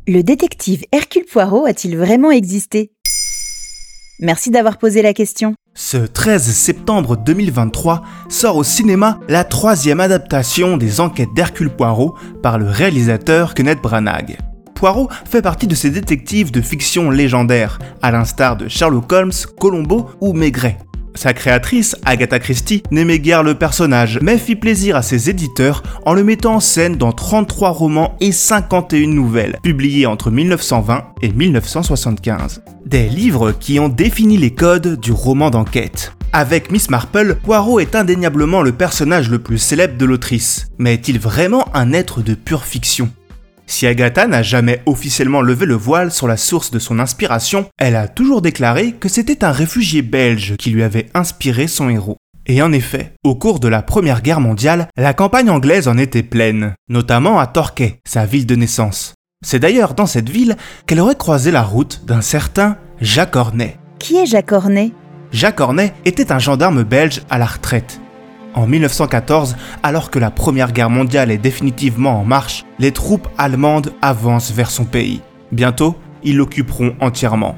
Le détective Hercule Poirot a-t-il vraiment existé ? Merci d'avoir posé la question. Ce 13 septembre 2023 sort au cinéma la 3e adaptation des enquêtes d'Hercule Poirot par le réalisateur Kenneth Branagh. Poirot fait partie de ces détectives de fiction légendaires, à l'instar de Sherlock Holmes, Columbo ou Maigret. Sa créatrice, Agatha Christie, n'aimait guère le personnage, mais fit plaisir à ses éditeurs en le mettant en scène dans 33 romans et 51 nouvelles, publiés entre 1920 et 1975. Des livres qui ont défini les codes du roman d'enquête. Avec Miss Marple, Poirot est indéniablement le personnage le plus célèbre de l'autrice. Mais est-il vraiment un être de pure fiction ? Si Agatha n'a jamais officiellement levé le voile sur la source de son inspiration, elle a toujours déclaré que c'était un réfugié belge qui lui avait inspiré son héros. Et en effet, au cours de la Première Guerre mondiale, la campagne anglaise en était pleine, notamment à Torquay, sa ville de naissance. C'est d'ailleurs dans cette ville qu'elle aurait croisé la route d'un certain Jacques Ornay. Qui est Jacques Ornay ? Jacques Ornay était un gendarme belge à la retraite. En 1914, alors que la Première Guerre mondiale est définitivement en marche, les troupes allemandes avancent vers son pays. Bientôt, ils l'occuperont entièrement.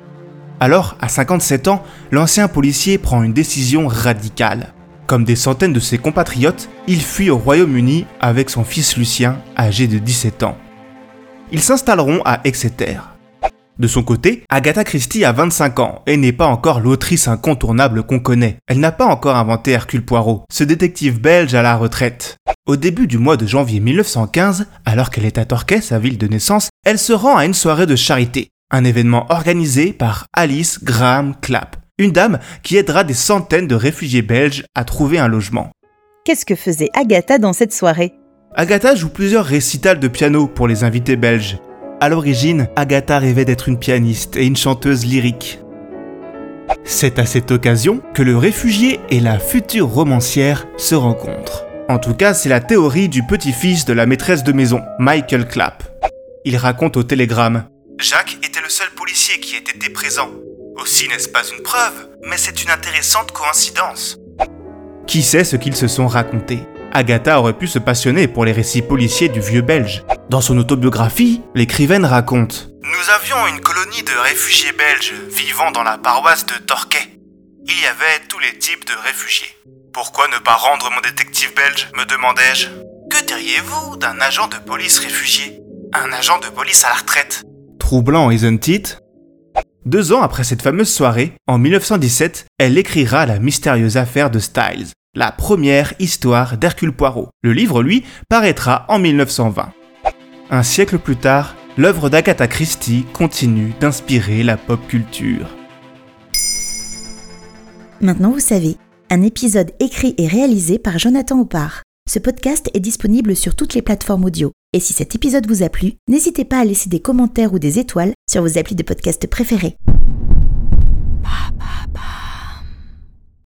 Alors, à 57 ans, l'ancien policier prend une décision radicale. Comme des centaines de ses compatriotes, il fuit au Royaume-Uni avec son fils Lucien, âgé de 17 ans. Ils s'installeront à Exeter. De son côté, Agatha Christie a 25 ans et n'est pas encore l'autrice incontournable qu'on connaît. Elle n'a pas encore inventé Hercule Poirot, ce détective belge à la retraite. Au début du mois de janvier 1915, alors qu'elle est à Torquay, sa ville de naissance, elle se rend à une soirée de charité, un événement organisé par Alice Graham Clapp, une dame qui aidera des centaines de réfugiés belges à trouver un logement. Qu'est-ce que faisait Agatha dans cette soirée ? Agatha joue plusieurs récitals de piano pour les invités belges. À l'origine, Agatha rêvait d'être une pianiste et une chanteuse lyrique. C'est à cette occasion que le réfugié et la future romancière se rencontrent. En tout cas, c'est la théorie du petit-fils de la maîtresse de maison, Michael Clapp. Il raconte au télégramme « Jacques était le seul policier qui ait été présent. Aussi n'est-ce pas une preuve, mais c'est une intéressante coïncidence. » Qui sait ce qu'ils se sont racontés ? Agatha aurait pu se passionner pour les récits policiers du vieux Belge. Dans son autobiographie, l'écrivaine raconte « Nous avions une colonie de réfugiés belges vivant dans la paroisse de Torquay. Il y avait tous les types de réfugiés. Pourquoi ne pas rendre mon détective belge, me demandai-je. Que diriez-vous d'un agent de police réfugié ? Un agent de police à la retraite. Troublant, isn't it ? 2 ans après cette fameuse soirée, en 1917, elle écrira La mystérieuse affaire de Styles, la première histoire d'Hercule Poirot. Le livre, lui, paraîtra en 1920. Un siècle plus tard, l'œuvre d'Agatha Christie continue d'inspirer la pop culture. Maintenant vous savez, un épisode écrit et réalisé par Jonathan Oppard. Ce podcast est disponible sur toutes les plateformes audio. Et si cet épisode vous a plu, n'hésitez pas à laisser des commentaires ou des étoiles sur vos applis de podcast préférés.